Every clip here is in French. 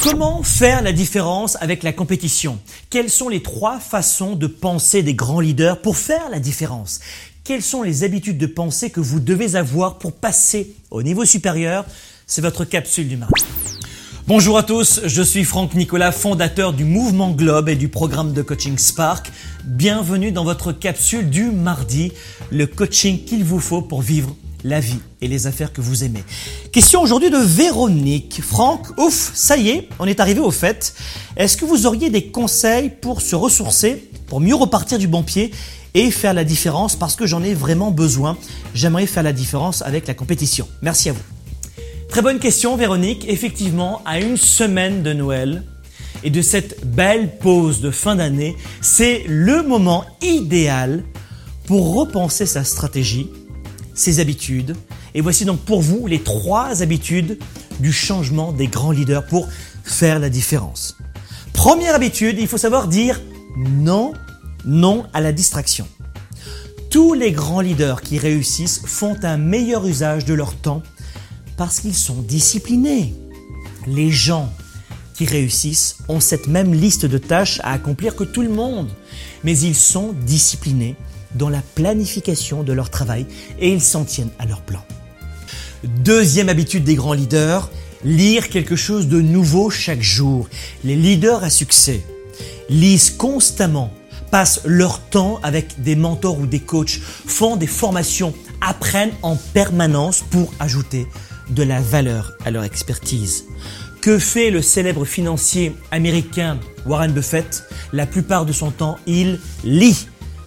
Comment faire la différence avec la compétition? Quelles sont les 3 façons de penser des grands leaders pour faire la différence? Quelles sont les habitudes de pensée que vous devez avoir pour passer au niveau supérieur? C'est votre capsule du mardi. Bonjour à tous, je suis Franck Nicolas, fondateur du Mouvement Globe et du programme de coaching Spark. Bienvenue dans votre capsule du mardi, le coaching qu'il vous faut pour vivre la vie et les affaires que vous aimez. Question aujourd'hui de Véronique. Franck, ouf, ça y est, on est arrivé au fait. Est-ce que vous auriez des conseils pour se ressourcer, pour mieux repartir du bon pied et faire la différence parce que j'en ai vraiment besoin. J'aimerais faire la différence avec la compétition. Merci à vous. Très bonne question Véronique. Effectivement, à une semaine de Noël et de cette belle pause de fin d'année, c'est le moment idéal pour repenser sa stratégie, ses habitudes. Et voici donc pour vous les 3 habitudes du changement des grands leaders pour faire la différence. Première habitude, il faut savoir dire non à la distraction. Tous les grands leaders qui réussissent font un meilleur usage de leur temps parce qu'ils sont disciplinés. Les gens qui réussissent ont cette même liste de tâches à accomplir que tout le monde, mais ils sont disciplinés dans la planification de leur travail et ils s'en tiennent à leur plan. Deuxième habitude des grands leaders, lire quelque chose de nouveau chaque jour. Les leaders à succès lisent constamment, passent leur temps avec des mentors ou des coachs, font des formations, apprennent en permanence pour ajouter de la valeur à leur expertise. Que fait le célèbre financier américain Warren Buffett? La plupart de son temps, il lit.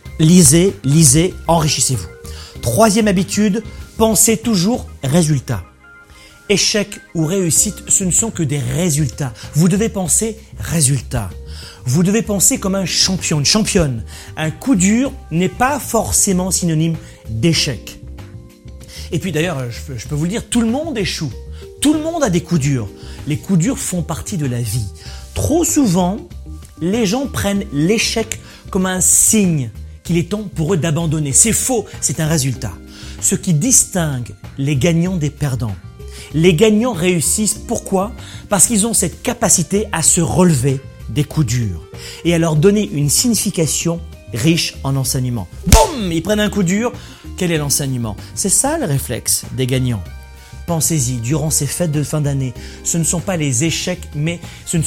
Lisez, enrichissez-vous. Troisième habitude, pensez toujours résultat. Échec ou réussite, ce ne sont que des résultats. Vous devez penser résultat. Vous devez penser comme un champion, une championne. Un coup dur n'est pas forcément synonyme d'échec. Et puis d'ailleurs, je peux vous le dire, tout le monde échoue. Tout le monde a des coups durs. Les coups durs font partie de la vie. Trop souvent, les gens prennent l'échec comme un signe qu'il est temps pour eux d'abandonner. C'est faux, c'est un résultat. Ce qui distingue les gagnants des perdants. Les gagnants réussissent, pourquoi? Parce qu'ils ont cette capacité à se relever des coups durs et à leur donner une signification riche en enseignement. Boum! Ils prennent un coup dur, quel est l'enseignement? C'est ça le réflexe des gagnants. Pensez-y, durant ces fêtes de fin d'année, ce ne sont pas des échecs, mais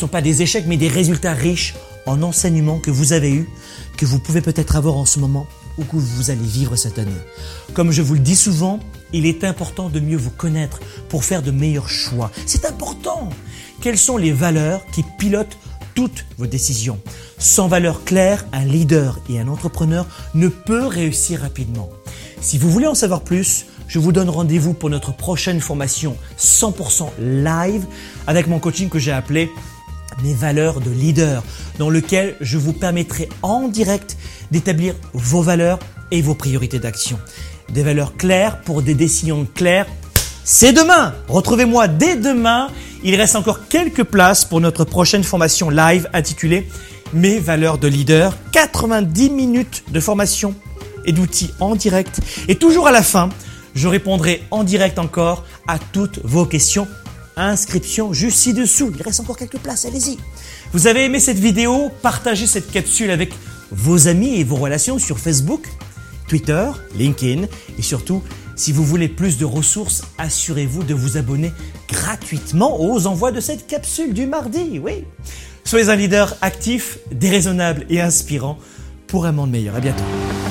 des résultats riches en enseignement que vous avez eu, que vous pouvez peut-être avoir en ce moment ou que vous allez vivre cette année. Comme je vous le dis souvent, il est important de mieux vous connaître pour faire de meilleurs choix. C'est important. Quelles sont les valeurs qui pilotent toutes vos décisions? Sans valeurs claires, un leader et un entrepreneur ne peut réussir rapidement. Si vous voulez en savoir plus, je vous donne rendez-vous pour notre prochaine formation 100% live avec mon coaching que j'ai appelé mes valeurs de leader, dans lequel je vous permettrai en direct d'établir vos valeurs et vos priorités d'action. Des valeurs claires pour des décisions claires. C'est demain! Retrouvez-moi dès demain. Il reste encore quelques places pour notre prochaine formation live intitulée Mes valeurs de leader. 90 minutes de formation et d'outils en direct. Et toujours à la fin, je répondrai en direct encore à toutes vos questions. Inscription juste ci-dessous. Il reste encore quelques places, allez-y. Vous avez aimé cette vidéo? Partagez cette capsule avec vos amis et vos relations sur Facebook, Twitter, LinkedIn et surtout, si vous voulez plus de ressources, assurez-vous de vous abonner gratuitement aux envois de cette capsule du mardi. Oui. Soyez un leader actif, déraisonnable et inspirant pour un monde meilleur. À bientôt.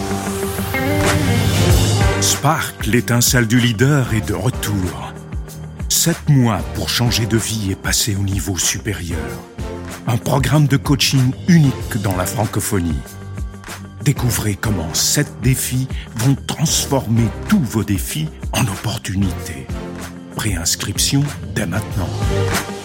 Spark, l'étincelle du leader, est de retour. 7 mois pour changer de vie et passer au niveau supérieur. Un programme de coaching unique dans la francophonie. Découvrez comment 7 défis vont transformer tous vos défis en opportunités. Préinscription dès maintenant.